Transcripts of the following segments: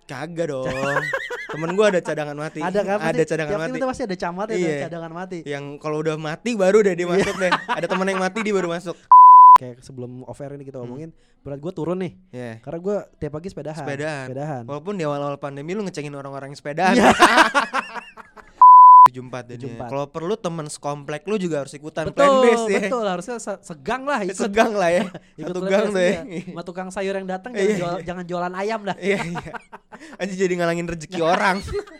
Kagak dong. Temen gue ada cadangan mati. Ada kan? Ada cadangan mati. Tiap tim itu pasti ada camat ya, Iya. cadangan mati. Yang kalau udah mati baru deh dia masuk deh. Ada temen yang mati dia baru masuk. Kayak sebelum off air ini kita ngomongin, berat gue turun nih. Yeah. Karena gue tiap pagi sepedahan. Walaupun di awal-awal pandemi lu ngecengin orang-orang yang sepedaan. 74 jadinya. Kalau perlu temen sekomplek lu juga harus ikutan plan base ya. Betul, harusnya segang lah ikut. Segang lah ya. Ikut Satu gang tuh ya. Sama tukang sayur yang datang Iya. jangan jualan ayam dah. Iya. Anjir jadi ngalangin rezeki orang.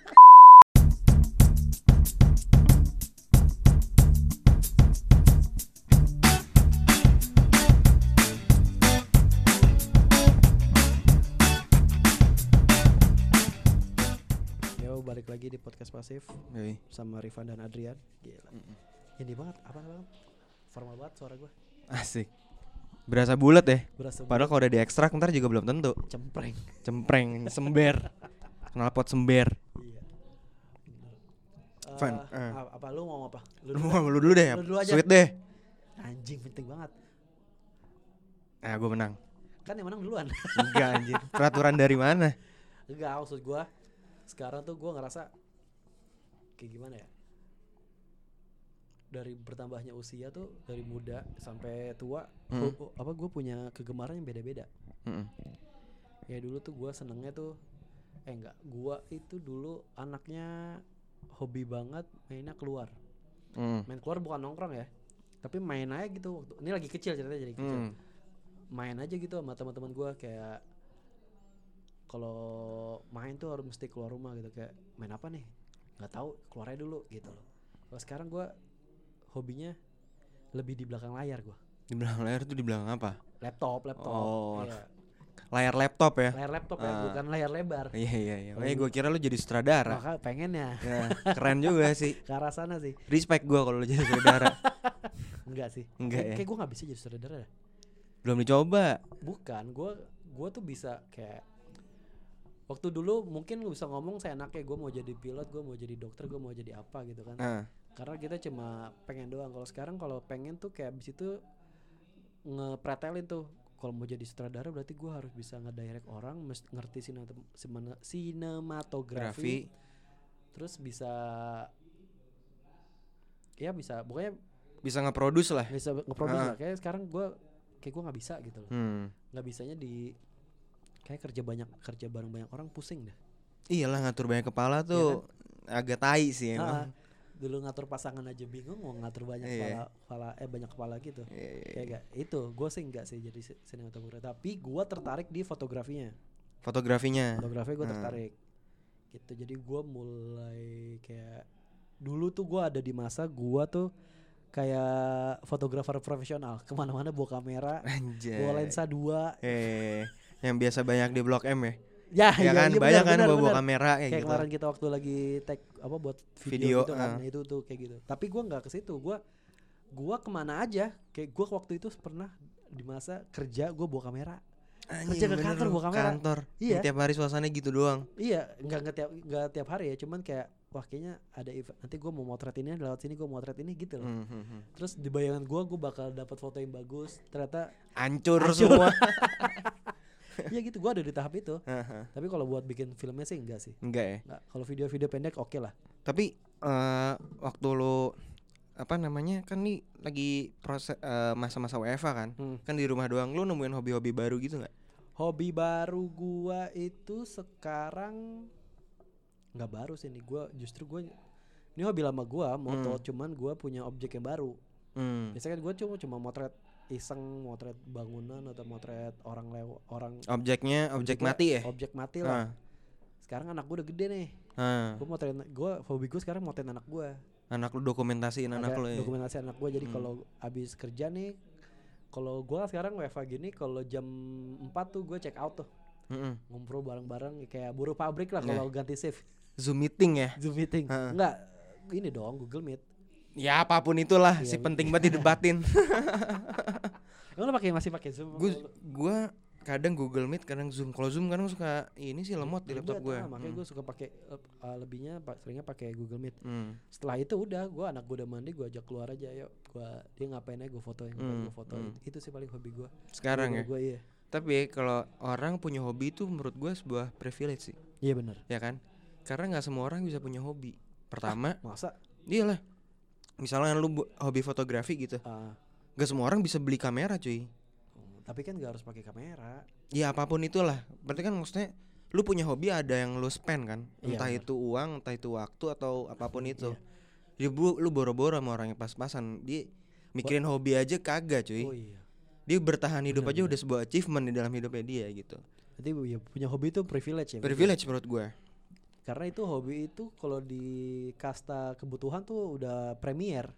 Balik lagi di podcast pasif sama Rifan dan Adrian. Gila. Ini banget, apa banget? Formal banget suara gue. Asik. Berasa bulat ya. Padahal Padahal kalau udah diekstrak ntar juga belum tentu. Cempreng, sember. Knalpot sember. Iya. Fan. Apa lu mau apa? Lu dulu deh. Lu dulu aja. Sweet deh. Anjing penting banget. Nah, gue menang. Kan yang menang duluan. Enggak anjir. Peraturan dari mana? Enggak, maksud gue sekarang tuh gue ngerasa kayak gimana ya, dari bertambahnya usia tuh dari muda sampai tua, gue punya kegemaran yang beda-beda. Ya dulu tuh gue senengnya tuh gue itu dulu anaknya hobi banget mainnya keluar. Main keluar bukan nongkrong ya, tapi main aja gitu. Ini lagi kecil ceritanya, jadi kecil. Main aja gitu sama teman-teman gue, kayak kalau main tuh harus mesti keluar rumah gitu. Kayak main apa nih nggak tahu, keluar aja dulu gitu loh. Kalau sekarang gue hobinya lebih di belakang layar. Gue di belakang layar tuh di belakang apa? laptop. Oh, iya. Layar laptop ya? Layar laptop ya, bukan layar lebar. Iya. Makanya gue kira lu jadi sutradara. Maka pengennya ya, keren juga sih. ke arah sana sih. Respect gue kalau lu jadi sutradara. Enggak sih. Enggak ya? Kayak gue nggak bisa jadi sutradara. Belum dicoba. Bukan, gue tuh bisa kayak waktu dulu mungkin lu bisa ngomong seenaknya, gue mau jadi pilot, gue mau jadi dokter, gue mau jadi apa gitu kan. Karena kita cuma pengen doang. Kalau sekarang kalau pengen tuh kayak abis itu ngepretelin tuh, kalau mau jadi sutradara berarti gue harus bisa ngedirect orang, ngerti sinematografi, terus bisa pokoknya bisa nge-produce lah. Bisa nge-produce lah. Kayak sekarang gue nggak bisa gitu loh. Nggak bisanya kayak kerja bareng banyak orang pusing dah. Iyalah, ngatur banyak kepala tuh ya kan? Agak tai sih emang. Dulu ngatur pasangan aja bingung, mau ngatur banyak banyak kepala gitu. Kayak gak itu, gue sih enggak sih jadi sinematografer, tapi gue tertarik di fotografi gue tertarik gitu. Jadi gue mulai kayak dulu tuh gue ada di masa gue tuh kayak fotografer profesional, kemana-mana bawa kamera, bawa lensa 2. Yang biasa banyak di Blok M ya. Ya kan, iya, banyak bener, bawa kamera kayak gitu. Kemarin kita waktu lagi tag buat video gitu kan, itu tuh kayak gitu. Tapi gue nggak ke situ, gue kemana aja. Kayak gue waktu itu pernah di masa kerja gue bawa kamera. Kerja ke kantor bawa kamera. Iya. Tiap hari suasananya gitu doang. Iya, nggak tiap hari ya, cuman kayak wah kayaknya ada event, nanti gue mau motret ini lewat sini, gue motret ini gitu loh. Terus di bayangan gue bakal dapat foto yang bagus, ternyata hancur semua. Iya gitu, gue ada di tahap itu. Tapi kalau buat bikin filmnya sih enggak sih. Enggak ya. Kalau video-video pendek oke lah. Tapi waktu lu kan nih lagi proses masa-masa WFA kan. Kan di rumah doang, lu nemuin hobi-hobi baru gitu nggak? Hobi baru gua itu sekarang nggak baru sih nih. Ini hobi lama gua, moto, cuman gua punya objek yang baru. Biasanya kan gua cuma motret iseng, motret bangunan atau motret orang objek mati ya. Objek mati lah. Sekarang anak gue udah gede nih. Hobi gue sekarang motret anak gue. Anak lu dokumentasiin anak lu ya. Dokumentasi anak gue. Jadi kalau abis kerja nih, kalau gue sekarang WFH gini, kalau jam 4 tuh gue check out tuh. Ngobrol bareng-bareng kayak buruh pabrik lah kalau ganti shift. Zoom meeting ya. Enggak, ini dong Google Meet. Ya apapun itulah, si penting banget didebatin. Emang lo masih pakai Zoom? Gue kadang Google Meet, kadang Zoom. Kalau Zoom kadang suka ini sih lemot di laptop gue. Makanya gue suka pakai seringnya pakai Google Meet. Setelah itu udah, anak gue udah mandi, gue ajak keluar aja, yuk. Dia ngapain aja gue fotoin, Itu sih paling hobi gue. Sekarang ya. Gue, iya. Tapi kalau orang punya hobi itu menurut gue sebuah privilege sih. Iya benar. Ya kan? Karena nggak semua orang bisa punya hobi. Pertama, masa? Iyalah. Misalnya lu hobi fotografi gitu. Gak semua orang bisa beli kamera, cuy. Tapi kan gak harus pakai kamera. Ya apapun itulah. Berarti kan maksudnya lu punya hobi ada yang lu spend kan. Entah itu uang, entah itu waktu atau apapun itu. Jadi lu boro-boro sama orang yang pas-pasan. Dia mikirin hobi aja kagak, cuy. Dia bertahan hidup aja udah sebuah achievement di dalam hidupnya dia gitu. Jadi ya punya hobi itu privilege ya. Privilege menurut gue. Karena itu hobi itu kalau di kasta kebutuhan tuh udah premier.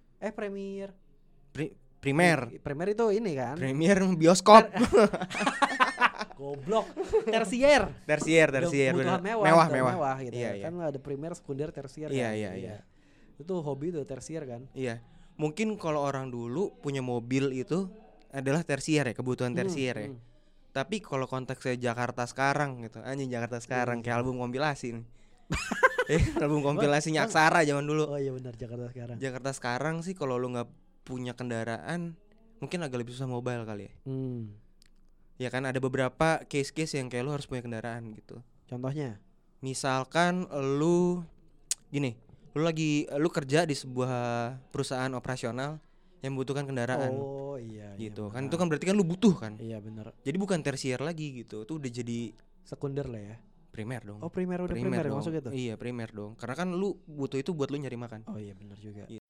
Primer itu ini kan. Premier bioskop. Goblok. Tersier. Kebutuhan mewah gitu. Iya. Kan ada primer, sekunder, tersier. Iya. Itu hobi tuh tersier kan. Iya. Mungkin kalau orang dulu punya mobil itu adalah tersier ya, kebutuhan tersier ya. Tapi kalau konteksnya Jakarta sekarang gitu, anjing Jakarta sekarang kayak album kompilasi nih. Album kompilasinya Aksara zaman dulu. Oh iya benar, Jakarta sekarang. Jakarta sekarang sih kalau lu nggak punya kendaraan mungkin agak lebih susah mobile kali ya. Ya kan ada beberapa case-case yang kayak lu harus punya kendaraan gitu. Contohnya? Misalkan lu lu kerja di sebuah perusahaan operasional yang membutuhkan kendaraan. Oh iya. Gitu iya, kan itu kan berarti kan lu butuh kan. Iya benar. Jadi bukan tersier lagi gitu. Itu udah jadi sekunder lah ya. Primer dong. Oh primer masuk gitu. Iya primer dong. Karena kan lu butuh itu buat lu nyari makan. Oh iya benar juga. Gitu.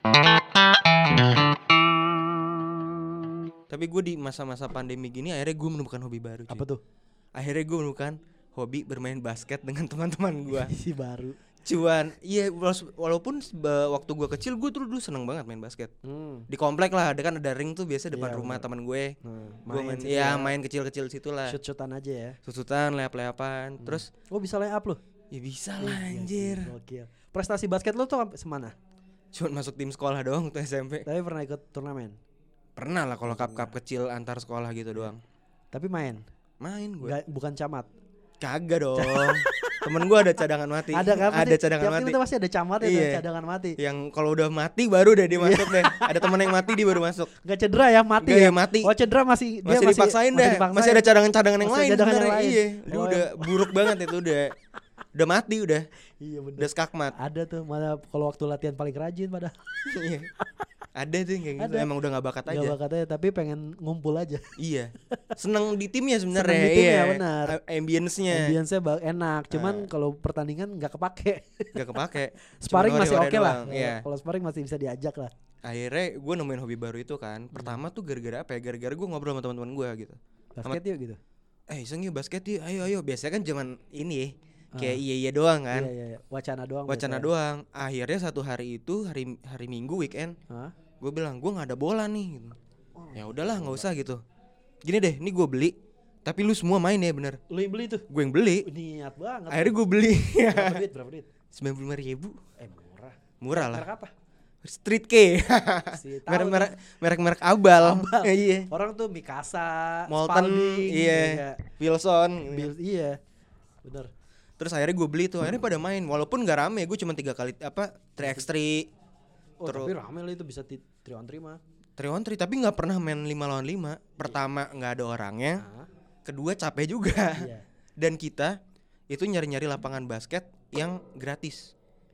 Tapi gue di masa-masa pandemi gini akhirnya gue menemukan hobi baru. Apa tuh? Akhirnya gue menemukan hobi bermain basket dengan teman-teman gue. Si baru. Cuman iya walaupun waktu gue kecil gue tuh dulu seneng banget main basket. Di komplek lah ada ring tuh biasa depan rumah teman gue. Gue main kecil-kecil situ lah. Shoot-shootan aja ya. Shoot-shootan, layap-layapan. Terus bisa layap lo? Ya bisa lah anjir. Gokil. Prestasi basket lo tuh semana? Cuman masuk tim sekolah doang tuh SMP. Tapi pernah ikut turnamen? Pernah lah kalau cup cup kecil antar sekolah gitu doang. Tapi main gue. Bukan camat. Kagak dong. Temen gue ada cadangan mati. Ada kan? Ada cadangan mati. Itu pasti ada camat ya, cadangan mati. Yang kalau udah mati baru deh dia masuk deh. Ada temen yang mati dia baru masuk. Gak cedera ya, mati. Gak ya mati. Oh cedera masih dipaksain deh. Masih ada cadangan-cadangan yang lain. Iya. Dia udah buruk banget itu udah mati udah. Iya bener. Udah skakmat. Ada tuh mana kalau waktu latihan paling rajin pada. Iya. Ada tuh yang kayak gitu. Emang udah gak bakat aja. Gak bakat aja tapi pengen ngumpul aja. Iya. Seneng di timnya sebenarnya. Iya benar. Ambience-nya enak. Cuman kalau pertandingan gak kepake. Sparring masih oke lah. Iya. Kalau sparring masih bisa diajak lah. Akhirnya gue nemuin hobi baru itu kan. Pertama tuh gara-gara apa ya? Gara-gara gue ngobrol sama teman-teman gue gitu. Basket yuk gitu. Iseng yuk basket yuk. Ayo. Biasanya kan zaman ini kayak iya doang kan. Iya. Wacana doang. Akhirnya satu hari itu hari Minggu weekend. Gue bilang gue nggak ada bola nih gitu. Ya udahlah nggak usah gitu. Gini deh, ini gue beli. Tapi lu semua main ya bener. Lu yang beli tuh? Gue yang beli. Niat banget. Akhirnya gue beli. Berapa duit? 95.000. Murah lah. Merek apa? Street K. Merek abal. Iya. Orang tuh Mikasa, Molten, iya. Wilson. Iya. Bener. Terus akhirnya gue beli tuh. Akhirnya pada main. Walaupun gak rame, gue cuma 3 kali 3x3. Tapi rame lah itu bisa 3-on-3 mah. 3-on-3 tapi gak pernah main 5-lawan-5. Pertama gak ada orangnya. Kedua capek juga. Iya. Dan kita itu nyari-nyari lapangan basket yang gratis.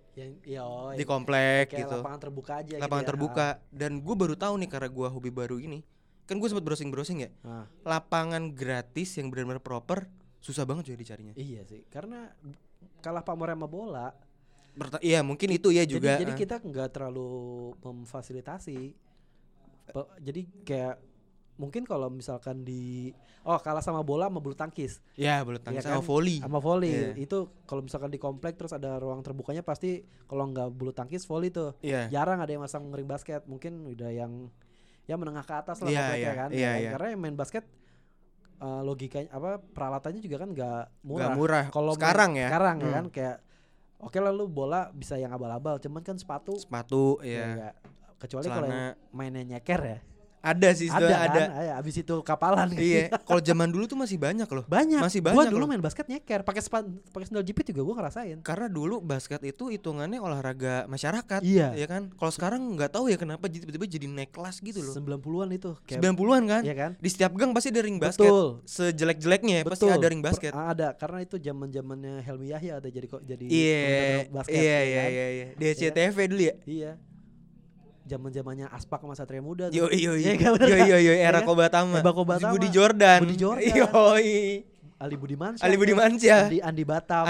Di komplek kayak gitu. Lapangan terbuka aja. Lapangan terbuka. Dan gue baru tahu nih karena gue hobi baru ini. Kan gue sempat browsing ya. Lapangan gratis yang benar-benar proper susah banget juga dicarinya. Iya sih. Karena kalah pamor sama bola. Iya mungkin itu ya juga. Jadi kita nggak terlalu memfasilitasi. Jadi kayak mungkin kalau misalkan kalah sama bola sama bulu tangkis. Ya bulu tangkis ya kan? sama volley. Yeah. Itu kalau misalkan di komplek terus ada ruang terbukanya pasti kalau nggak bulu tangkis volley tuh. Yeah. Jarang ada yang masang ring basket. Mungkin udah yang menengah ke atas lah kompleknya kan. Karena yang main basket logikanya peralatannya juga kan nggak murah. Gak murah. Kalau sekarang ya kan kayak oke lah lu bola bisa yang abal-abal, cuman kan sepatu ya. Kecuali kalau mainnya nyeker ya. Ada sih, ada. Ada. Kan? Abis itu kapalan. Iya. Kalau zaman dulu tuh masih banyak loh. Masih Gue banyak. dulu main basket nyeker, pakai sandal jepit juga gue ngerasain. Karena dulu basket itu hitungannya olahraga masyarakat. Iya. Ya kan. Kalau sekarang nggak tahu ya kenapa tiba-tiba jadi naik kelas gitu loh. 90-an itu. 90-an kan? Iya kan? Di setiap gang pasti ada ring basket. Betul. Sejelek-jeleknya pasti ada ring basket. Ada, karena itu zaman-zamannya Helmi Yahya ada jadi basket. Iya. Di SCTV dulu ya. Iya. Zaman-zamannya Aspak sama Satria Muda tuh. Yo, Era era Kobatama. Budi Jordan. Ali Budi Mansyah. Andi Batam.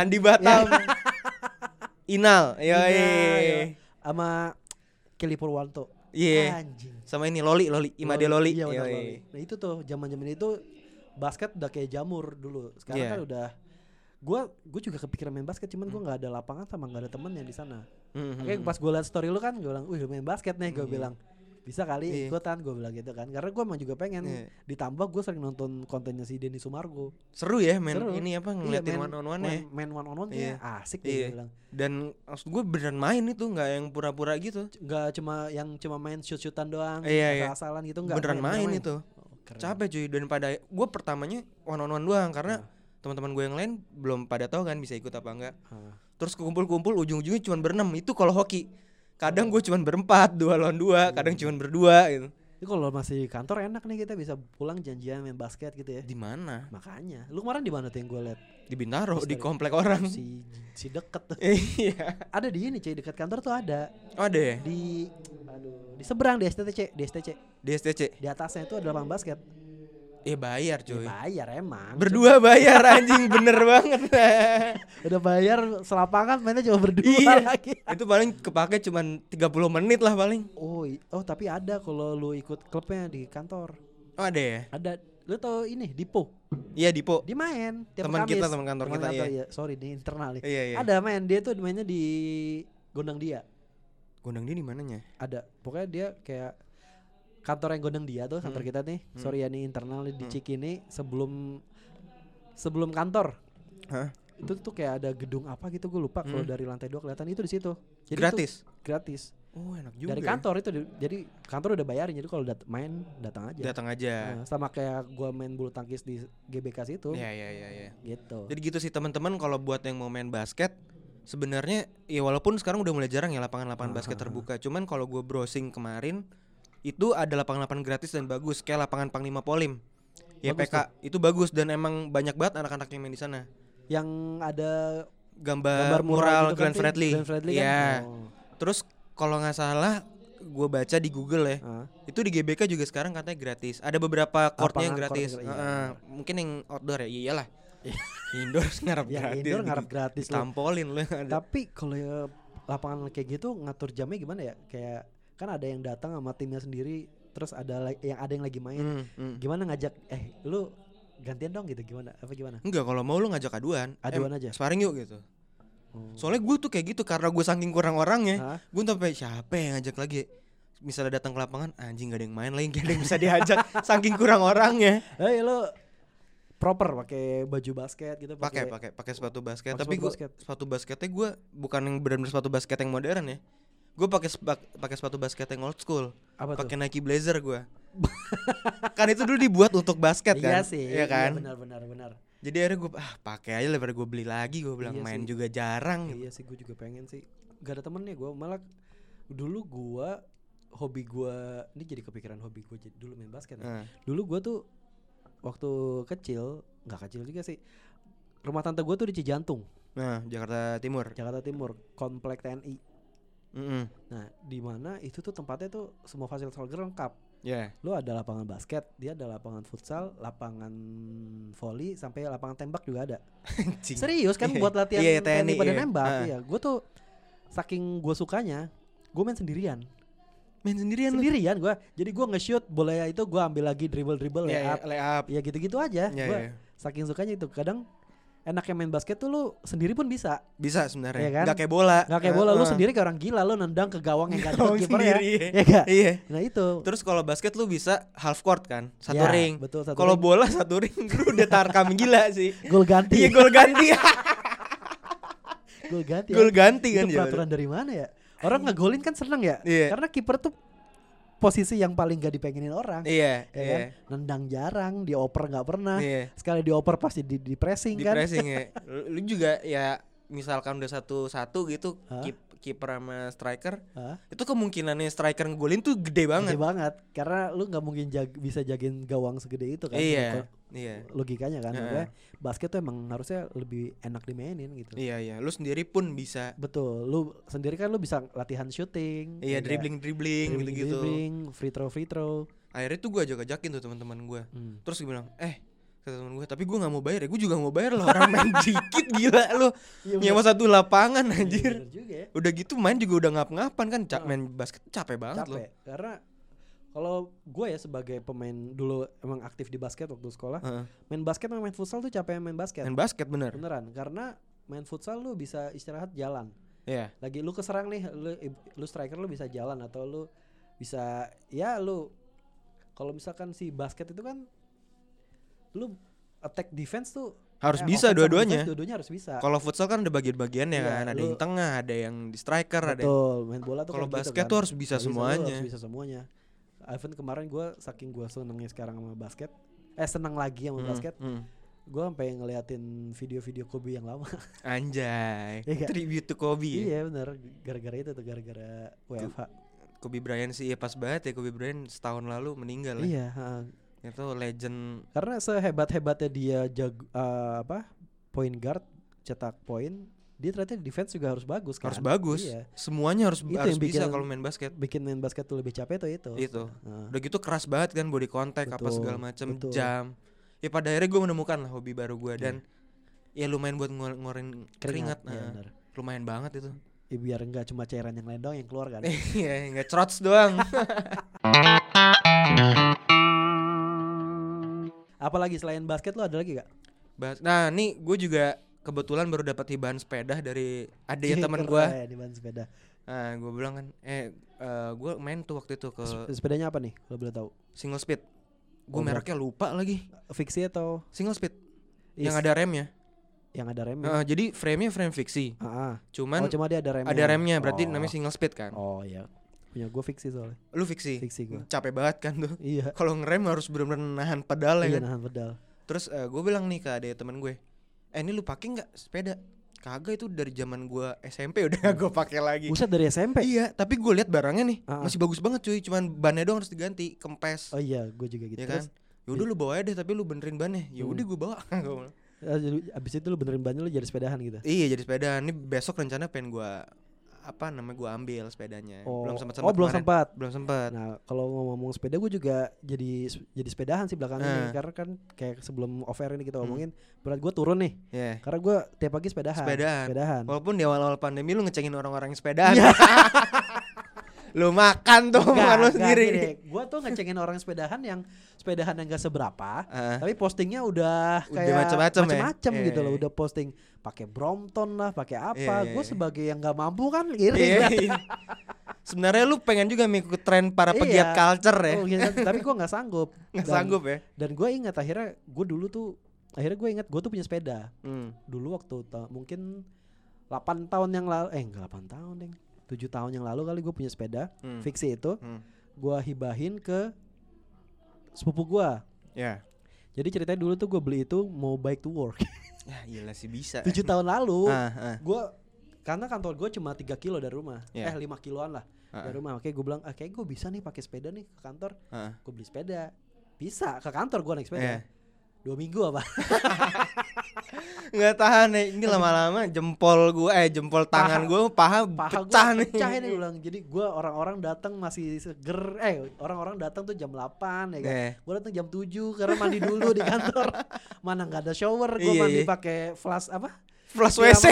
Inal. Sama Kelly Purwanto. Iya. Sama ini Loli, Imade Loli. Iya, Loli. Nah itu tuh zaman-zaman itu basket udah kayak jamur dulu. Sekarang kan udah gue juga kepikiran main basket, cuman gue nggak ada lapangan sama nggak ada temennya di sana. Makanya pas gue liat story lu kan, gue bilang, main basket nih, gue bilang bisa kali ikutan, gue bilang gitu kan, karena gue emang juga pengen. Ditambah gue sering nonton kontennya si Denny Sumargo. Seru ya main ini apa ngeliatin one on one ya. Main one on one nya asik dia bilang. Dan maksud gue beneran main itu, nggak yang pura-pura gitu. Nggak cuma main shoot-shootan doang, asal-asalan gitu, nggak. Beneran main itu. Capek cuy, dan pada gue pertamanya one on one doang karena teman-teman gue yang lain belum pada tahu kan bisa ikut apa enggak. Terus kumpul-kumpul ujung-ujungnya cuma berenam. Itu kalau hoki. Kadang gue cuma berempat, 2 lawan 2, kadang cuma berdua gitu. Itu kalau masih kantor enak nih, kita bisa pulang janjian main basket gitu ya. Di mana? Makanya. Lu kemarin di mana tuh yang gue liat? Di Bintaro, di komplek orang. Si deket tuh. Iya. Ada di ini cuy, dekat kantor tuh ada. Oh, ada ya? Di seberang di STC. Di atasnya itu ada lapangan basket. Bayar cuy. Bayar emang. Berdua bayar anjing, bener banget. Udah bayar selapangan mainnya cuma berdua lagi. Itu paling kepake cuma 30 menit lah paling. Oh tapi ada kalau lu ikut klubnya di kantor. Oh ada ya? Ada. Lu tau ini Dipo? Iya Dipo. Dia main tiap teman Kamis. Teman kantor kita ya. Sorry di internal. Iya. Ada main, dia tuh mainnya di Gondang Dia. Gondang Dia di mananya? Ada. Pokoknya dia kayak kantor yang Gondang Dia tuh, kantor kita nih. Sorry ya nih internal di Cikini sebelum kantor. Itu tuh kayak ada gedung apa gitu, gue lupa. Kalau dari lantai 2 kelihatan itu di situ. Jadi gratis. Oh enak juga. Dari kantor itu, jadi kantor udah bayarin. Jadi kalau main datang aja. Sama kayak gue main bulu tangkis di GBK situ. Iya. Gitu. Jadi gitu sih teman-teman, kalau buat yang mau main basket, sebenarnya ya walaupun sekarang udah mulai jarang ya lapangan basket terbuka. Cuman kalau gue browsing kemarin, itu ada lapangan gratis dan bagus, kayak lapangan Panglima Polim. YPK itu bagus dan emang banyak banget anak-anak yang main di sana. Yang ada gambar mural gitu Glenn Fredly. Iya. Kan? Terus kalau nggak salah gue baca di Google ya, itu di GBK juga sekarang katanya gratis. Ada beberapa courtnya yang gratis. Mungkin yang outdoor ya, iyalah. Indoor ngarep gratis. Indoor ngarep gratis. Tampolin lu. Tapi kalau ya lapangan kayak gitu ngatur jamnya gimana ya? Kayak kan ada yang datang sama timnya sendiri, terus ada yang lagi main. Gimana ngajak lu gantian dong gitu, gimana? Enggak, kalau mau lu ngajak aduan aja. Sparring yuk gitu. Soalnya gue tuh kayak gitu karena gue saking kurang orangnya. Gue sampai siapa yang ngajak lagi? Misalnya datang ke lapangan, anjing gak ada yang main lagi, gak ada yang bisa diajak. Saking kurang orangnya. Lu proper pakai baju basket gitu, pakai sepatu basket. Tapi gue sepatu basketnya gue bukan yang benar-benar sepatu basket yang modern ya. Gue pakai sepatu basket yang old school. Pakai Nike Blazer gue. Kan itu dulu dibuat untuk basket kan. Iya sih. Iya kan? Iya, benar. Jadi akhirnya gue pakai aja daripada gue beli lagi. Gue bilang main sih. Juga jarang. Iya sih, gue juga pengen sih. Gak ada temennya gue. Malah dulu gue hobi gue, ini jadi kepikiran hobi gue dulu main basket. Dulu gue tuh waktu kecil, nggak kecil juga sih. Rumah tante gue tuh di Cijantung. Jakarta Timur, komplek TNI. Nah, di mana itu tuh tempatnya tuh semua fasilitas lengkap. Lu ada lapangan basket, dia ada lapangan futsal, lapangan volley, sampai lapangan tembak juga ada. Serius kan buat latihan TNI pada nembak. Iya, gue tuh saking gue sukanya, gue main sendirian. Sendirian gue. Jadi gue nge-shoot bola itu gue ambil lagi dribble layup. Ya gitu-gitu aja. Gue saking sukanya itu. Kadang enaknya main basket tuh lu sendiri pun bisa sebenarnya ya kan? Gak kayak bola lu sendiri kayak orang gila, lu nendang ke gawang yang gak ada kiper ya gak? Iya. Nah itu terus kalau basket lu bisa half court kan, satu ring. Kalau bola satu ring lu udah tarkam gila sih. Gol ganti gol ganti kan. Itu peraturan dari mana ya? Orang ngegolin kan seneng ya, karena kiper tuh posisi yang paling gak dipengenin orang. Iya, ya kan? Nendang jarang, dioper nggak pernah. Sekali dioper pasti di pressing kan. Di pressing ya. Lu juga ya misalkan udah 1-1 gitu, kiper sama striker, itu kemungkinannya striker ngegolin tuh gede banget. Gede banget, karena lu nggak mungkin bisa jagain gawang segede itu kan. Iya. Logikanya kan, makanya basket tuh emang harusnya lebih enak dimainin gitu. Iya. Lu sendiri pun bisa. Betul, lu sendiri kan lu bisa latihan shooting. Iya, dribbling gitu-gitu. Free throw. Akhirnya tuh gue ajakin tuh teman-teman gue. Terus gue bilang, kata temen gue, tapi gue nggak mau bayar ya. Gue juga nggak mau bayar loh, orang main dikit gila lo. Nyewa 1 lapangan anjir. Ya. Udah gitu main juga udah ngap-ngapan kan. Main basket capek banget loh. Karena kalau gue ya sebagai pemain dulu emang aktif di basket waktu sekolah, main basket sama main futsal tuh capek main basket. Main basket beneran, karena main futsal lu bisa istirahat jalan. Iya. Lagi lu keserang nih, lu striker lu bisa jalan atau lu bisa lu kalau misalkan si basket itu kan lu attack defense tuh harus bisa dua-duanya. Dua-duanya harus bisa. Kalau futsal kan ada bagian-bagiannya kan, ada yang tengah, ada yang di striker, betul, main bola tuh kalau kan basket gitu, tuh harus bisa semuanya. Harus bisa semuanya. Even kemarin saking gue senengnya sekarang sama basket, seneng lagi sama basket. Gue sampai ngeliatin video-video Kobe yang lama. Anjay. Tribute to Kobe. Iya benar, gara-gara itu tuh, gara-gara WFH. Kobe Bryant sih pas banget ya. Kobe Bryant setahun lalu meninggal. Iya. Itu legend. Karena sehebat-hebatnya dia point guard, cetak poin, dia ternyata defense juga harus bagus kan. Harus bagus. Iya. Semuanya harus bisa kalau main basket. Bikin main basket tuh lebih capek tuh itu. Udah gitu keras banget kan, body contact apa segala macam, jam. Ya pada akhirnya gue menemukan lah hobi baru gue dan ya lumayan buat ngeluarin keringat. Lumayan banget itu. Ya biar enggak cuma cairan yang lain doang yang keluar kan. Iya, enggak trots doang. Apalagi selain basket lo ada lagi gak? Nah nih gue juga kebetulan baru dapat hibahan sepeda dari adanya teman gue. Hibahan sepeda. Nah gue bilang kan, gue main tuh waktu itu ke. Sepedanya apa nih kalau boleh tahu? Single speed. Gue mereknya lupa lagi. Fiksi atau? Single speed. Yang ada remnya. Yang ada remnya. Jadi frame-nya frame fiksi. Cuman cuma dia ada remnya. Ada remnya, berarti namanya single speed kan. Oh iya. Punya gue fiksi soalnya. Lu fiksi? Fiksi gue. Capek banget kan tuh. Iya. Kalau ngerem harus benar-benar nahan pedal ya kan. Iya, nahan pedal. Terus gue bilang nih ke adek teman gue, ini lu pakai nggak sepeda? Kagak, itu dari zaman gue SMP udah gue pakai lagi. Buset, dari SMP? Iya, tapi gue lihat barangnya nih masih bagus banget cuy. Cuman bannya doang harus diganti, kempes. Oh iya, gue juga gitu. Ya kan? Yaudah lu bawa aja deh, tapi lu benerin bannya. Yaudah gue bawa. Abis itu lu benerin bannya, lu jadi sepedahan gitu? Iya, jadi sepedahan. Ini besok rencana pengen gue gue ambil sepedanya. Belum sempat. Nah kalau ngomong sepeda, gue juga jadi sepedahan sih belakangan ini. Karena kan kayak sebelum off air ini kita ngomongin, berat gue turun nih. Karena gue tiap pagi sepedahan. Walaupun di awal-awal pandemi lu ngecengin orang-orang yang sepedahan. Lu makan tuh makan lu sendiri. Gue tuh ngecengin orang sepedahan yang gak seberapa, tapi postingnya udah kayak macam-macam gitu loh. Udah posting pakai Brompton lah, pakai apa. Gue sebagai yang gak mampu kan iri. Sebenarnya lu pengen juga mengikut tren para pegiat culture ya. Tapi gue gak sanggup. Sanggup ya. Dan gue ingat akhirnya gue tuh punya sepeda. Dulu waktu mungkin 8 tahun yang lalu, enggak 8 tahun deh, 7 tahun yang lalu kali gue punya sepeda fiksi itu. Gue hibahin ke sepupu gue. Jadi ceritanya dulu tuh gue beli itu mau bike to work. Ya gila sih bisa. 7 tahun lalu gue, karena kantor gue cuma 3 kilo dari rumah, 5 kiloan lah dari rumah. Oke, gue bilang kayak gue bisa nih pakai sepeda nih ke kantor. Gue beli sepeda, bisa ke kantor gue naik sepeda. 2 minggu apa? Nggak tahan nih. Ini lama-lama jempol tangan gue paha pecah nih. Pecah nih ulang. Jadi gue orang-orang datang masih seger. Orang-orang datang tuh jam 8 ya kan. Gue datang jam 7 karena mandi dulu di kantor. Mana nggak ada shower. Gue mandi pakai flash WC.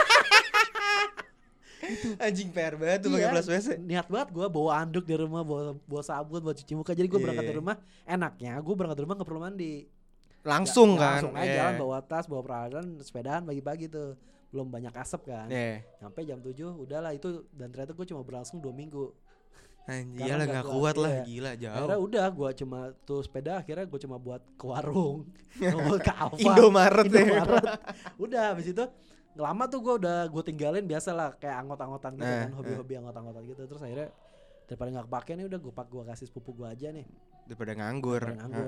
Anjing PR banget tuh pakai flash WC. Niat banget gue bawa anduk di rumah, bawa sabun, bawa cuci muka. Jadi gue berangkat dari rumah. Enaknya gue berangkat dari rumah nggak perlu mandi. Langsung aja jalan, bawa tas, bawa peralatan, sepedahan pagi-pagi tuh. Belum banyak asap kan. Sampai jam 7 udahlah itu. Dan ternyata gue cuma berlangsung 2 minggu. Anjir lah, gak kuat lah. Gila jauh. Akhirnya udah gue cuma tuh sepeda. Akhirnya gue cuma buat ke warung, ke Alfa, Indomaret. Udah habis itu lama tuh gue tinggalin. Biasalah kayak anggot-anggotan gitu kan, hobi-hobi anggot-anggotan gitu. Terus akhirnya daripada nggak kepake nih udah gue kasih sepupu gue aja nih daripada nganggur.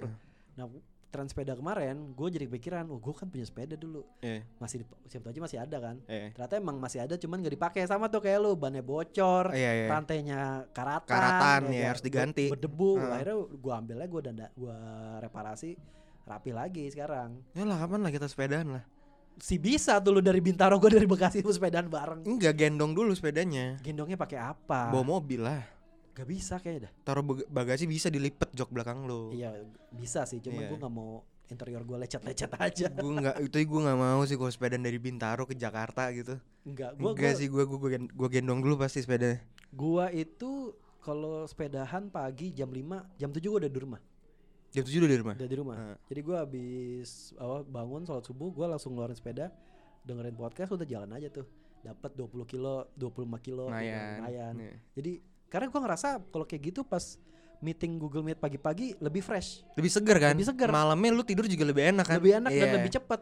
Nah tren sepeda kemarin gue jadi pikiran, gue kan punya sepeda dulu, masih siapa aja masih ada kan, ternyata emang masih ada cuman nggak dipakai, sama tuh kayak lu, bannya bocor, rantainya karatan ya harus diganti, berdebu, akhirnya gue ambilnya gue reparasi rapi lagi sekarang. Ya lah kapan lah kita sepedaan lah. Si bisa tuh lu dari Bintaro, gue dari Bekasi sepedaan bareng. Enggak, gendong dulu sepedanya. Gendongnya pakai apa? Bawa mobil lah. Gak bisa kayaknya dah. Taruh bagasi bisa dilipet jok belakang lo. Iya bisa sih, cuman gue nggak mau interior gue lecet-lecet aja. Gue nggak mau sih kalau sepedaan dari Bintaro ke Jakarta gitu. Enggak sih, gue gendong dulu pasti sepeda. Gue itu kalau sepedahan pagi jam 5, jam 7 gue udah di rumah. Jam 7 udah di rumah? Udah di rumah. Jadi gue habis bangun sholat subuh, gue langsung ngeluarin sepeda, dengerin podcast, udah jalan aja tuh. Dapat 20 kilo, 25 kilo, lumayan. Jadi karena gue ngerasa kalau kayak gitu pas meeting Google Meet pagi-pagi lebih fresh, lebih seger kan? Lebih seger. Malamnya lu tidur juga lebih enak kan? Lebih enak dan lebih cepat.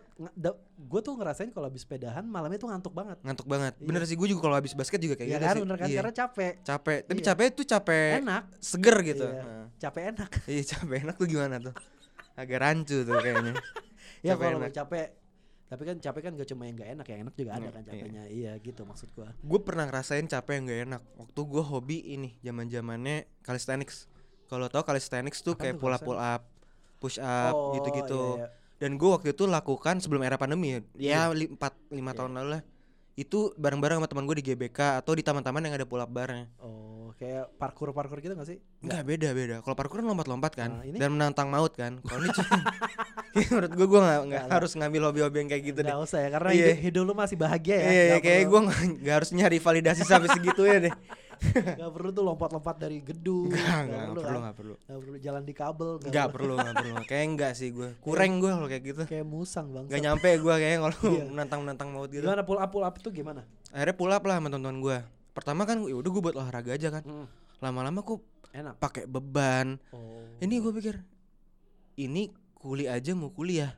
Gue tuh ngerasain kalau habis sepedahan malamnya tuh ngantuk banget. Bener sih, gue juga kalau habis basket juga kayak gitu kan, sih. Bener kan, karena capek. Tapi capek tuh capek enak, seger gitu. Capek enak. Iya, capek enak tuh gimana tuh? Agak rancu tuh kayaknya. Ya kalau capek. Tapi kan capek kan gak cuma yang gak enak, yang enak juga ada kan capeknya. Iya gitu maksud gua. Gue pernah ngerasain capek yang gak enak waktu gue hobi ini, zaman-zamannya calisthenics. Kalau tau calisthenics tuh kayak pull up, push up gitu-gitu. Iya. Dan gue waktu itu lakukan sebelum era pandemi ya 4-5 tahun lalu lah. Itu bareng-bareng sama teman gue di GBK atau di taman-taman yang ada pull up barnya. Oh, kayak parkour gitu gak sih? Enggak, beda. Kalau parkour kan lompat-lompat kan, dan menantang maut kan. Kalau ini menurut gue nggak harus ngambil hobi-hobi yang kayak gitu deh. Nggak usah ya, karena hidup lu masih bahagia ya. Iya, kayak gue nggak harus nyari validasi sampai segitu ya deh. Gak perlu tuh lompat-lompat dari gedung. Gak perlu. Jalan di kabel. Gak perlu. Kayak enggak sih gue. Kurang gue kalau kayak gitu. Kayak musang bang. Gak nyampe gue kayaknya kalau menantang maut gitu. Gimana pull up tuh gimana? Akhirnya pull up lah sama teman-teman gue. Pertama kan udah gue buat olahraga aja kan. Lama-lama kok enak pakai beban. Ini gue pikir ini kuli aja mau kuliah.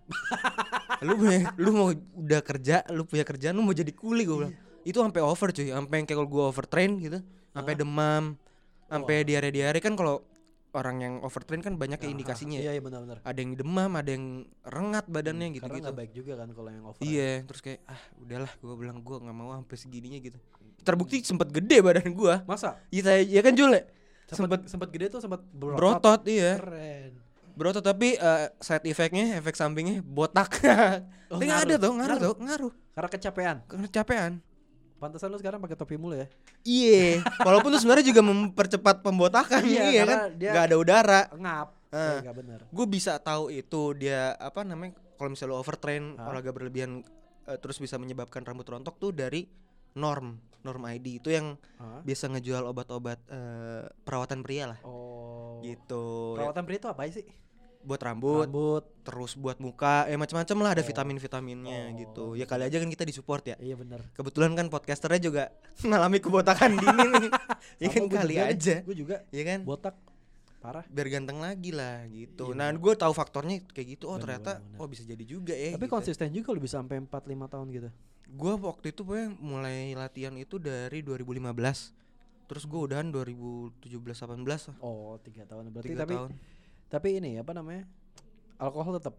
lu mau udah kerja, lu punya kerjaan, lu mau jadi kuli gue bilang. Itu sampai over cuy, sampai yang kayak kalau gue overtrain gitu, sampai demam, sampai diare kan. Kalau orang yang overtrain kan banyak indikasinya. Iya benar. Ada yang demam, ada yang rengat badannya gitu. Karena nggak baik juga kan kalau yang over. Iya, terus kayak udahlah, gue bilang gue nggak mau sampai segininya gitu. Terbukti sempat gede badan gue. Masa? Iya kan Jule. Sempat gede tuh, sempat berotot. Iya. Keren. Berotot, tapi side effectnya, efek sampingnya botak. Tapi ngaruh. Karena kecapean. Pantesan lu sekarang pakai topi mulu ya? Iya. Walaupun itu sebenarnya juga mempercepat pembotakan. Iya kan? Gak ada udara. Ngap. Gak bener. Gue bisa tahu itu dia apa namanya? Kalau misalnya lu overtrain, olahraga berlebihan, terus bisa menyebabkan rambut rontok tuh dari Norm ID itu yang biasa ngejual obat-obat perawatan pria lah. Gitu. Perawatan pria itu apa sih? Buat rambut, terus buat muka, macam-macam lah, ada vitamin-vitaminnya gitu. Ya kali aja kan kita disupport ya. Iya benar. Kebetulan kan podcasternya juga mengalami kebotakan dini nih. Ya kan kali aja. Gue juga. Ya kan? Botak parah. Biar ganteng lagi lah gitu. Iya, nah, gue tahu faktornya kayak gitu. Ternyata bisa jadi juga ya. Tapi gitu. Konsisten juga lu bisa sampai 4-5 tahun gitu. Gue waktu itu mulai latihan itu dari 2015. Terus gue udahan 2017-18 lah. 3 tahun berarti. Tapi ini apa namanya? Alkohol tetap.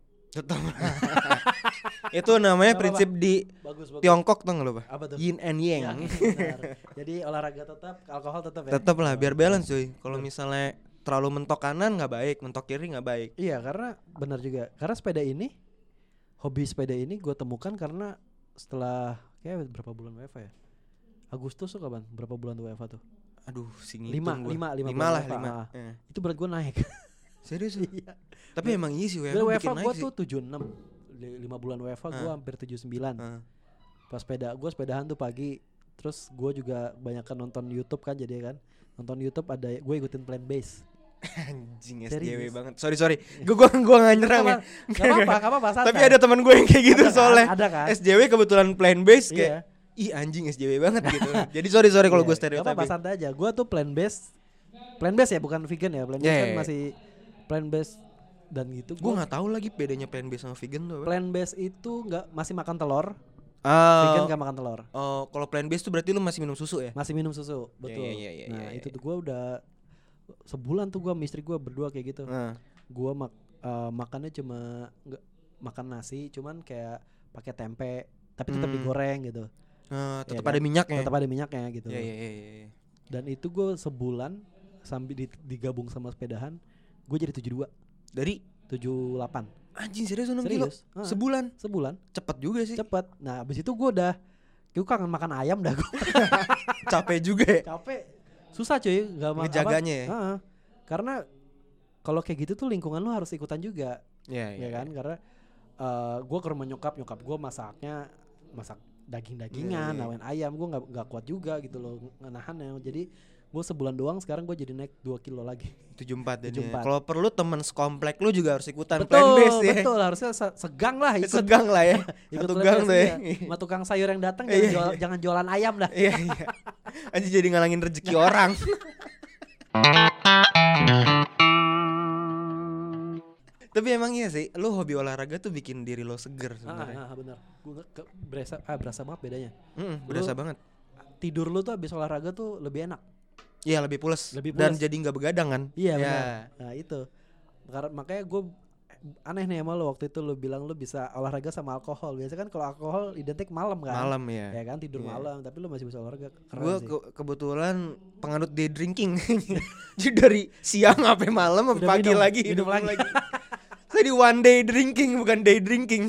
Itu namanya prinsip di bagus. Tiongkok tuh nggak lo, Pak? Apa tuh? Yin and Yang. Ya, jadi olahraga tetap, alkohol tetap ya. Tetap lah, biar balance cuy. Kalau misalnya terlalu mentok kanan nggak baik, mentok kiri nggak baik. Iya, karena benar juga. Karena hobi sepeda ini gue temukan karena setelah kayak berapa bulan WFA ya? Agustus tuh kapan? Berapa bulan tuh WFA tuh? Aduh, lima lah. Itu berat gue naik. Serius? Iya. Tapi emang iya sih WFA gue tuh 76. 5 bulan WFA gue hampir 79. Pas sepedahan tuh pagi. Terus gue juga banyakan nonton YouTube kan, jadi kan nonton YouTube ada gue ikutin Plan Base. Anjing SJW banget. Sorry. Gue gak nyerang ya. Gak apa-apa. Tapi ada teman gue yang kayak gitu soalnya. Ada kan? SJW kebetulan Plan Base kayak anjing SJW banget gitu. Jadi sorry kalau gue stereotip. Gak apa-apa, santai aja. Gue tuh Plan Base ya, bukan vegan ya. Plan Base kan masih Plan Base dan gitu. Gue nggak tahu lagi bedanya Plan Base sama vegan tuh. Plan Base itu masih makan telur. Vegan gak makan telur. Oh, kalau plant based tuh berarti lu masih minum susu ya? Masih minum susu, betul. Nah itu tuh gue udah sebulan tuh gue sama istri gue berdua kayak gitu. Gue makannya cuma makan nasi, cuman kayak pakai tempe, tapi tetap digoreng gitu. Tetap ada minyaknya. Tetap ada minyaknya gitu. Iya. Dan itu gue sebulan sambil digabung sama sepedahan, gue jadi 72. Dari 78. Anjing serius 6 kilo? Sebulan? Cepet juga sih. Cepet. Nah abis itu gue kangen makan ayam dah gue. Capek juga ya? Capek. Susah cuy. Ngejaganya ya? Karena kalau kayak gitu tuh lingkungan lu harus ikutan juga. Iya kan? Karena gue ke rumah nyokap gue masak daging-dagingan, nawain ayam, gue nggak kuat juga gitu loh nahannya. Jadi gue sebulan doang sekarang gue jadi naik 2 kilo lagi. 74. Kalau perlu temen sekomplek lu juga harus ikutan betul, plan base ya. Betul, harusnya segang lah ikut. Segang lah ya. Satu gang tuh ya. Sama tukang sayur yang datang jangan jualan ayam dah. Iya. Anjir jadi ngalangin rezeki orang. Tapi emang iya sih, lu hobi olahraga tuh bikin diri lo seger sebenarnya. Benar. Gue berasa banget bedanya. Berasa banget. Tidur lu tuh abis olahraga tuh lebih enak. Iya lebih pules. Dan jadi nggak begadang kan? Iya benar. Nah itu, makanya gue aneh nih sama lo waktu itu lo bilang lo bisa olahraga sama alkohol. Biasanya kan kalau alkohol identik malam kan? Malam ya. Ya kan tidur malam, tapi lo masih bisa olahraga. Gue kebetulan penganut day drinking. Jadi dari siang sampai malam sampai pagi lagi minum lagi. Jadi one day drinking bukan day drinking.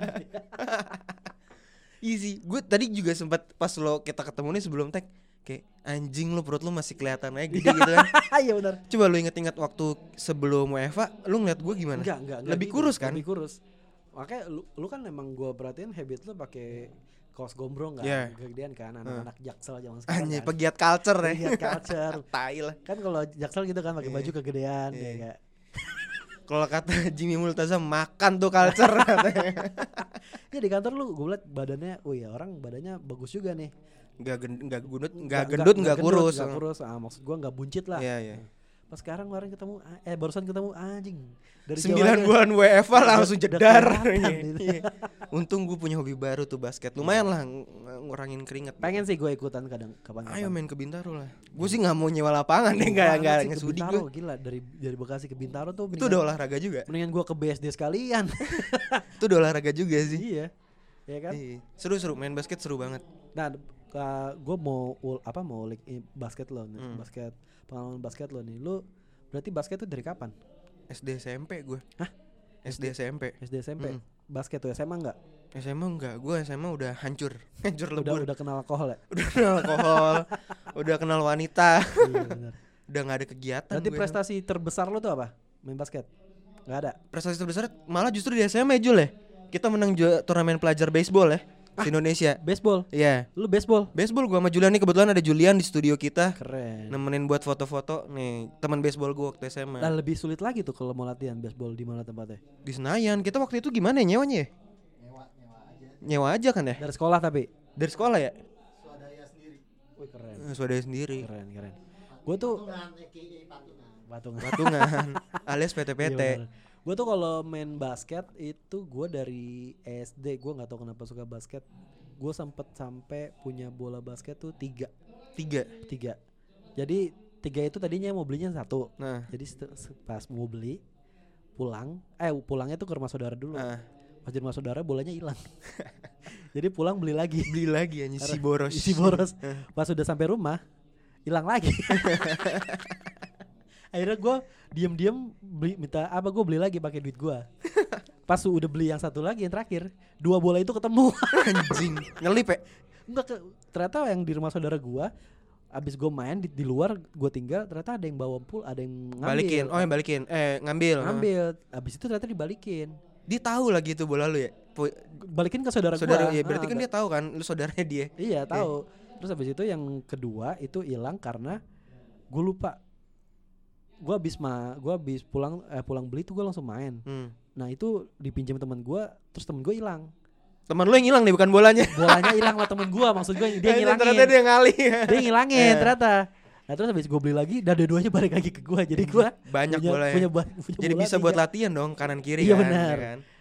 Easy. Gue tadi juga sempat pas kita ketemu nih sebelum tag kayak anjing lu perut lu masih kelihatan aja gede gitu kan. Iya benar. Coba lu inget-inget waktu sebelum WFA lu ngeliat gue gimana? Enggak lebih gitu, kurus kan? Lebih kurus. Makanya lu kan emang gue perhatiin habit lu pakai kaos gombrong kan, kegedean kan, anak-anak Jaksel zaman sekarang. Anjing, pegiat culture ya. Pegiat culture. Tai lah. Kan kalau Jaksel gitu kan pakai baju kegedean ya kayak. Kalau kata Jimmy Multaza makan tuh culture katanya. Ya di kantor lu gue liat badannya, orang badannya bagus juga nih. Enggak gendut, enggak kurus. Enggak kurus. Maksud gua enggak buncit lah. Iya. Pas sekarang kemarin barusan ketemu anjing. Dari 9 bulan WFA langsung jedar. Untung gue punya hobi baru tuh basket. Lumayan lah ngurangin keringet. Pengen sih gue ikutan kapan. Ayo main ke Bintaro lah. Gue sih enggak mau nyewa lapangan deh, enggak sudi gue. Gila dari Bekasi ke Bintaro tuh. Itu udah olahraga juga. Mendingan gue ke BSD sekalian. Itu udah olahraga juga sih. Iya. Ya kan? Seru main basket seru banget. Nah, gue mau basket lo nih, pengalaman basket lo nih. Lu berarti basket tuh dari kapan? SD SMP gue. Hah? SD SMP. Basket tuh SMA enggak? SMA enggak, gue SMA udah hancur lebur. Udah kenal alkohol ya? Udah kenal alkohol, udah kenal wanita. Iya benar. Udah nggak ada kegiatan. Berarti prestasi terbesar lo tuh apa? Main basket? Nggak ada. Prestasi terbesar malah justru di SMA Jul ya. Kita menang turnamen pelajar baseball ya. Di Indonesia. Baseball? Iya. Lu baseball? Baseball gua sama Julian nih, kebetulan ada Julian di studio kita. Keren. Nemenin buat foto-foto nih teman baseball gua waktu SMA. Nah lebih sulit lagi tuh kalau mau latihan baseball di mana tempatnya? Di Senayan. Kita waktu itu gimana ya nyewanya? Nyewa aja kan ya? Dari sekolah tapi? Dari sekolah ya? Swadaya sendiri. Wih keren. Swadaya sendiri. Keren. Gua tuh Patungan alias PT-PT. Iya, gue tuh kalau main basket itu gue dari SD, gue nggak tahu kenapa suka basket. Gue sampai punya bola basket tuh tiga. Jadi 3 itu tadinya mau belinya 1. Nah. Jadi pas mau beli pulangnya tuh ke rumah saudara dulu. Pas di rumah saudara bolanya hilang. Jadi pulang beli lagi anjing si boros. Pas udah sampai rumah hilang lagi. Akhirnya gue diam-diam gue beli lagi pakai duit gue. Pas udah beli yang satu lagi yang terakhir, 2 bola itu ketemu. Anjing, nyelip ya? Enggak, ternyata yang di rumah saudara gue, abis gue main di luar, gue tinggal, ternyata ada yang bawa pool, ada yang ngambil. Ngambil. Abis itu ternyata dibalikin. Dia tahu lagi itu bola lu ya? Balikin ke saudara gue. Ya, berarti kan dia tahu kan, lu saudaranya dia. Iya tahu. Terus abis itu yang kedua itu hilang karena gue lupa. Gue abis pulang beli tuh gue langsung main. Nah itu dipinjam teman gue, terus temen gue hilang. Teman lu yang hilang nih bukan bolanya. Bolanya hilang sama temen gue, maksud gue dia ngilangin. Ternyata dia ngalih. Dia ngilangin ternyata. Nah terus abis gue beli lagi, dan dua-duanya balik lagi ke gue. Jadi gue banyak bola ya. Punya jadi bola bisa 3. buat latihan dong kanan kiri iya, kan. Iya benar. Kan?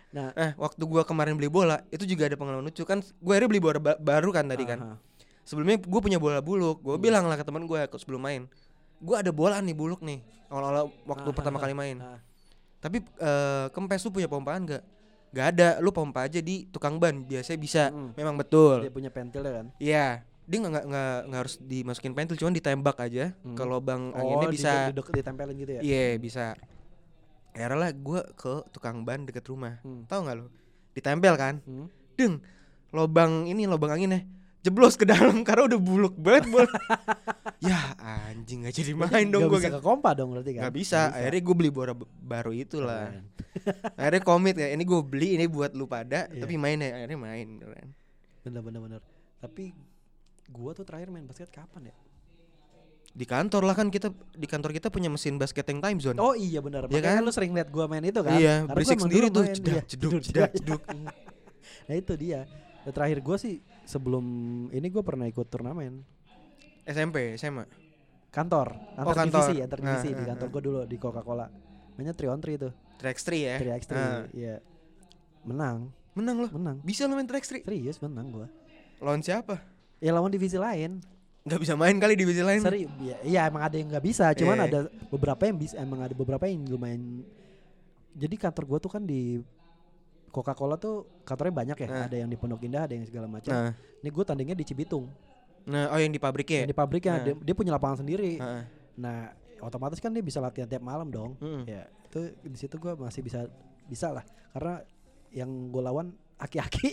Nah, waktu gua kemarin beli bola itu juga ada pengalaman lucu kan. Gua akhirnya beli bola baru kan tadi kan. Sebelumnya gua punya bola buluk. Gua bilang lah ke teman gua sebelum main, gua ada bola nih buluk nih. Awal-awal waktu pertama kali main. Tapi kempes lu punya pompaan gak? Gak ada, lu pompa aja di tukang ban, biasanya bisa. Memang betul. Dia punya pentil kan? Iya, dia nggak harus dimasukin pentil, cuma ditembak aja ke lubang anginnya bisa. Ditempelin gitu ya? Iya bisa. Akhirnya lah gue ke tukang ban deket rumah, tahu nggak lu? Ditempel kan? Deng, lubang anginnya jeblos ke dalam karena udah buluk banget Ya anjing gak jadi main dong gue. Gak bisa ke kompa dong berarti kan? Gak bisa. Akhirnya gue beli bola baru itulah. Akhirnya komit ya, ini gue beli ini buat lu pada, tapi main ya, akhirnya main kan. Bener. Tapi gue tuh terakhir main basket kapan ya? Di kantor lah kan, di kantor kita punya mesin basket yang time zone. Oh iya benar. Ya makanya kan lu sering liat gue main itu kan? Iya, berisik sendiri tuh, jeduk. Nah itu dia. Dan terakhir gue sih sebelum ini gue pernah ikut turnamen. SMP, SMA. Kantor divisi di kantor gue dulu di Coca-Cola. Mainnya 3-on-3 tuh. 3x3 ya. 3x3, iya. Menang lo. Bisa lo main 3x3? Serius menang gue. Lawan siapa? Ya lawan divisi lain. Gak bisa main kali divisi lain. Iya emang ada yang gak bisa. Cuman ada beberapa yang bisa. Emang ada beberapa yang lumayan. Jadi kantor gue tuh kan di Coca-Cola tuh kantornya banyak ya. Ada yang di Pondok Indah, ada yang segala macam. Ini gue tandingnya di Cibitung. Nah, yang di pabriknya. Yang di pabriknya dia punya lapangan sendiri. Nah, otomatis kan dia bisa latihan tiap malam dong. Ya, itu di situ gue masih bisa lah. Karena yang gue lawan aki-aki.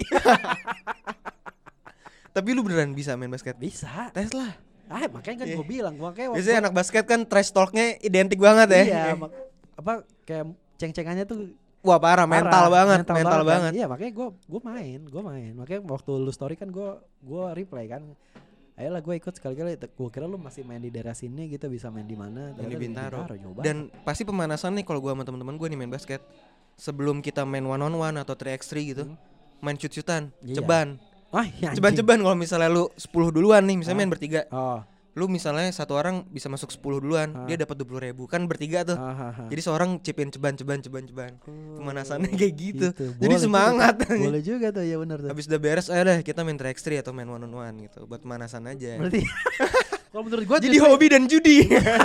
Tapi lu beneran bisa main basket? Bisa. Tes lah. Makanya kan gue bilang, biasanya anak basket kan trash talknya identik banget ya. Iya, apa kayak ceng-cengannya tuh wah parah, mental banget. Iya, makanya gue main. Makanya waktu lu story kan gue reply kan. Ayolah gue ikut sekali-kali. Gue kira lu masih main di daerah sini gitu, bisa main di mana? Ini Bintaro. Dan pasti pemanasan nih kalau gue sama teman-teman gue nih main basket. Sebelum kita main 1-on-1 atau 3x3 gitu, main shoot-shootan, ceban. Ceban kalau misalnya lu 10 duluan nih, misalnya main bertiga. Lu misalnya satu orang bisa masuk 10 duluan, dia dapat 20.000 kan bertiga tuh. Jadi seorang cipin ceban. Pemanasannya kayak gitu. Jadi semangat. Boleh juga tuh, ya benar tuh. Habis udah beres, ayo deh kita main 3x3 atau main 1-on-1 gitu, buat pemanasan aja. Berarti kalau menurut gua jadi hobi dan judi.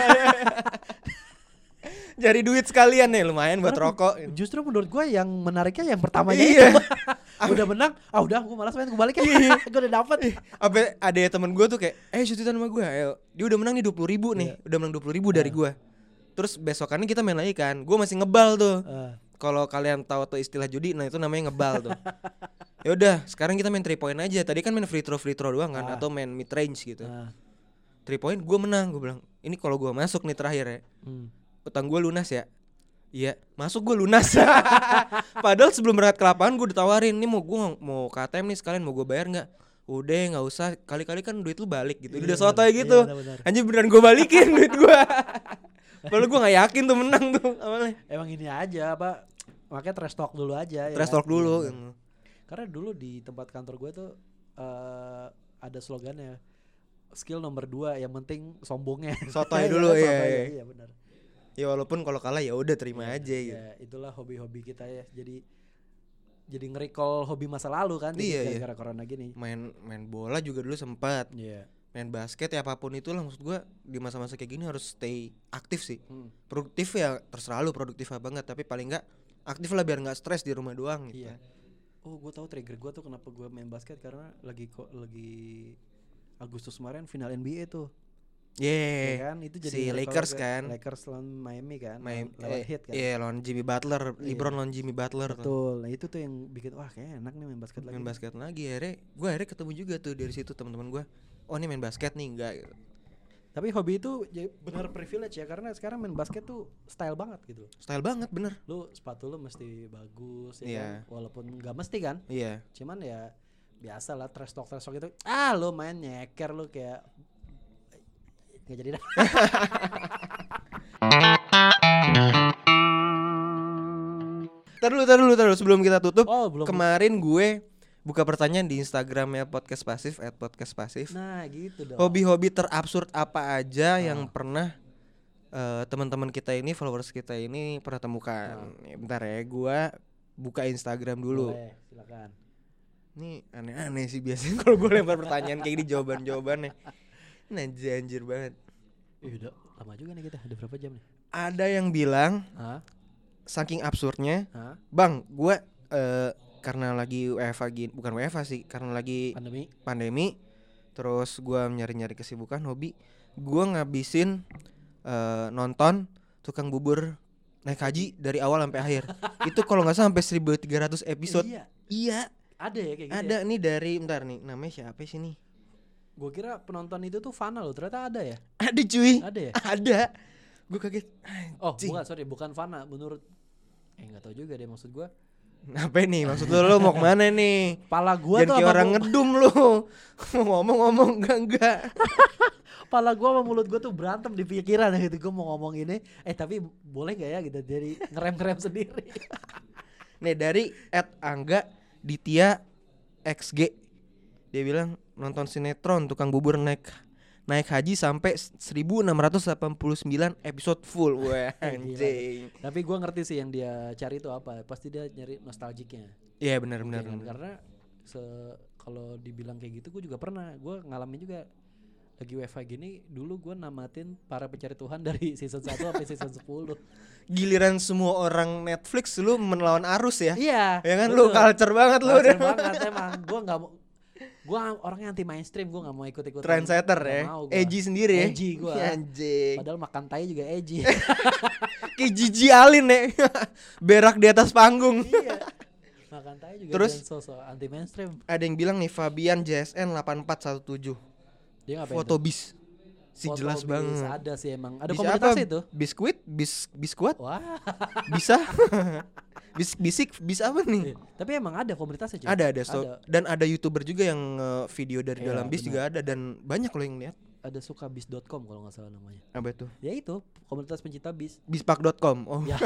Cari duit sekalian nih, lumayan buat rokok. Justru menurut gue yang menariknya yang pertamanya itu. Udah menang, udah gue malas main, gue balik ya. Gue udah dapet. Apa ada temen gue tuh kayak, shoot-shootan sama gue, ayo. Dia udah menang nih 20.000 nih, udah menang 20.000 dari gue. Terus besokannya kita main lagi kan, gue masih ngebal tuh. Kalau kalian tahu tuh istilah judi, nah itu namanya ngebal tuh. Ya udah, sekarang kita main 3 point aja. Tadi kan main free throw doang kan, atau main mid range gitu. 3 point, gue menang, gue bilang, ini kalau gue masuk nih terakhir ya. Utang gue lunas ya. Iya, masuk gue lunas. Padahal sebelum berangkat ke lapangan gue ditawarin, nih mau ke ATM nih sekalian, mau gue bayar nggak? Udah nggak usah, kali-kali kan duit lu balik gitu. Udah sotoy gitu. Anjir beneran gue balikin duit gue. Padahal gue nggak yakin tuh menang tuh awalnya. Emang ini aja apa? Makanya trash talk dulu aja. Trash talk dulu. Karena dulu di tempat kantor gue tuh ada slogannya, skill nomor 2, yang penting sombongnya. Sotoy dulu ya. Iya benar. Ya walaupun kalau kalah ya udah terima aja gitu. Ya, itulah hobi-hobi kita ya. Jadi nge-recall hobi masa lalu kan. Gara-gara corona gini. Main bola juga dulu sempat. Main basket ya apapun itulah, maksud gue di masa-masa kayak gini harus stay aktif sih. Produktif ya terserah lu produktif apa enggak, tapi paling enggak aktif lah biar enggak stres di rumah doang gitu. Iya. Oh, gue tahu trigger gue tuh kenapa gue main basket, karena lagi Agustus kemarin final NBA tuh. Ya kan itu jadi si Lakers kan. Lakers lawan Miami kan. Lawan Heat kan. Iya, lawan Jimmy Butler, LeBron lawan Jimmy Butler. Betul. Nah, itu tuh yang bikin wah kayak enak nih main basket lagi. Main basket lagi gue akhirnya ketemu juga tuh dari situ teman-teman gue. Oh, ini main basket nih enggak gitu. Tapi hobi itu benar privilege ya, karena sekarang main basket tuh style banget gitu. Style banget bener. Lu sepatu lu mesti bagus ya kan? Walaupun enggak mesti kan. Iya. Cuman ya biasa lah trash talk itu. Lu main nyeker lu kayak nggak jadi dah. Taruh dulu sebelum kita tutup. Kemarin gue buka pertanyaan di Instagramnya Podcast Pasif @podcastpasif. Nah gitu dong. Hobi-hobi terabsurd apa aja yang pernah teman-teman kita ini, followers kita ini pernah temukan. Bentar ya, gue buka Instagram dulu. Boleh, silakan. Nih aneh-aneh sih biasanya kalau gue lempar pertanyaan kayak gini jawabannya. Nah, anjir banget. Udah lama juga nih kita. Udah berapa jam nih? Ada yang bilang, saking absurdnya, Bang, gue karena lagi WFH gini, bukan WFH sih, karena lagi pandemi, terus gue nyari-nyari kesibukan, hobi, gue ngabisin nonton tukang bubur naik haji dari awal sampai akhir. Itu kalau nggak salah sampai 1.300 episode. Iya. Ada ya kayak gitu. Ada nih dari, bentar nih, namanya siapa sih nih? Gue kira penonton itu tuh Fana loh, ternyata ada ya? Ada cuy. Ada ya? Ada. Gue kaget. Oh bukan Fana, menurut nggak tahu juga deh maksud gue. Apa nih maksud lu mau kemana nih? Pala gua tuh kayak orang ngedum lu. Mau ngomong enggak. Pala gua sama mulut gua tuh berantem di pikiran gitu. Gua mau ngomong ini, tapi boleh gak ya gitu, dari ngerem sendiri. Nih dari @angga_ditya XG. Dia bilang nonton sinetron tukang bubur naik haji sampai 1.689 episode full. Wah, anjing. Tapi gue ngerti sih yang dia cari itu apa. Pasti dia nyari nostalgiknya. Iya benar. Karena kalau dibilang kayak gitu gue juga pernah. Gue ngalamin juga lagi WFH gini. Dulu gue namatin Para Pencari Tuhan dari season 1 sampai season 10. Giliran semua orang Netflix lu melawan arus ya. Iya. Ya kan betul. Lu culture banget lu. Culture banget emang. Gue gak mau. Gue orangnya anti mainstream, gue gak mau ikut-ikutan trendsetter ya, edgy sendiri ya. Edgy gue. Anjing. Padahal makan tai juga edgy. Kayak Gigi Alin ya. Berak di atas panggung. Iya. Makan tai juga. Terus sosok anti mainstream. Ada yang bilang nih Fabian JSN 8417. Dia ngapain? Fotobis. Si jelas banget. Ada sih emang. Ada komunitasnya itu. Biskuit. Wah. Bisa. Bis apa nih? Tapi emang ada komunitasnya. Ada. Dan ada YouTuber juga yang video dari dalam bis juga ada, dan banyak loh yang lihat. Ada sukabis.com kalau nggak salah namanya. Apa itu? Ya itu komunitas pencinta bis. Bispak.com. Oh. Ya.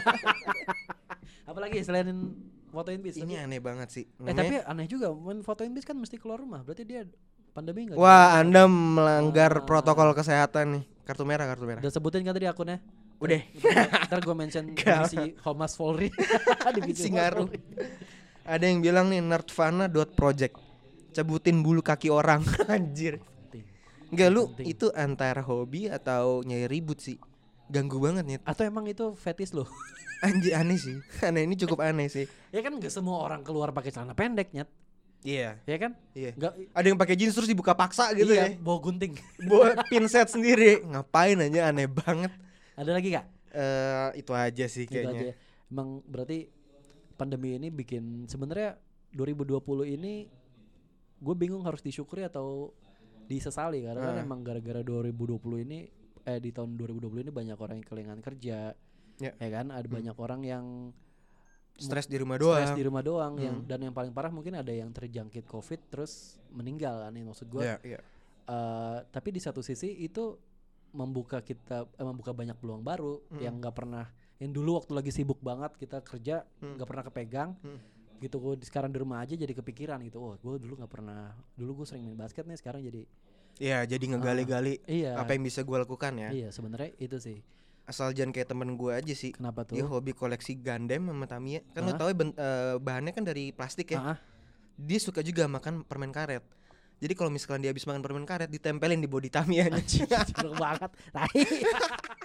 Apalagi selain fotoin bis. Ini aneh banget sih. Tapi aneh juga, main fotoin bis kan mesti keluar rumah. Berarti dia pandemi nggak? Wah, Anda melanggar protokol kesehatan nih. Kartu merah. Udah sebutin kan tadi akunnya? Udah. Ntar gue mention si Humas Polri. Singaru. Ada yang bilang nih nerdfana.project. Cabutin bulu kaki orang. Anjir. Enggak, lu itu antara hobi atau nyari ribut sih. Ganggu banget nih. Atau emang itu fetish lo? Anjir, aneh sih. Ini cukup aneh sih. Ya kan gak semua orang keluar pakai celana pendek, Nyet. Iya. Ya kan? Iya. Ada yang pakai jeans terus dibuka paksa gitu ya. Bawa gunting. Bawa pinset sendiri. Ngapain aja, aneh banget. Ada lagi gak? Itu aja sih kayaknya. Emang berarti pandemi ini bikin sebenarnya 2020 ini gue bingung harus disyukuri atau disesali, karena kan emang gara-gara 2020 ini di tahun 2020 ini banyak orang yang kehilangan kerja. Ya kan? Ada banyak orang yang stres di rumah doang. Dan yang paling parah mungkin ada yang terjangkit COVID terus meninggal kan, maksud gue. Tapi di satu sisi itu membuka banyak peluang baru yang nggak pernah, yang dulu waktu lagi sibuk banget kita kerja nggak pernah kepegang gitu. Gue sekarang di rumah aja jadi kepikiran gitu. Oh, gue dulu nggak pernah, dulu gue sering main basket nih, sekarang jadi jadi ngegali-gali apa yang bisa gue lakukan ya. Iya, sebenarnya itu sih. Asal jangan kayak temen gue aja sih. Kenapa tuh? Dia hobi koleksi Gundam sama Tamiya. Kan lo tau ya bahannya kan dari plastik ya. Dia suka juga makan permen karet. Jadi kalau misalkan dia habis makan permen karet, ditempelin di body Tamiya. Anjir, banget.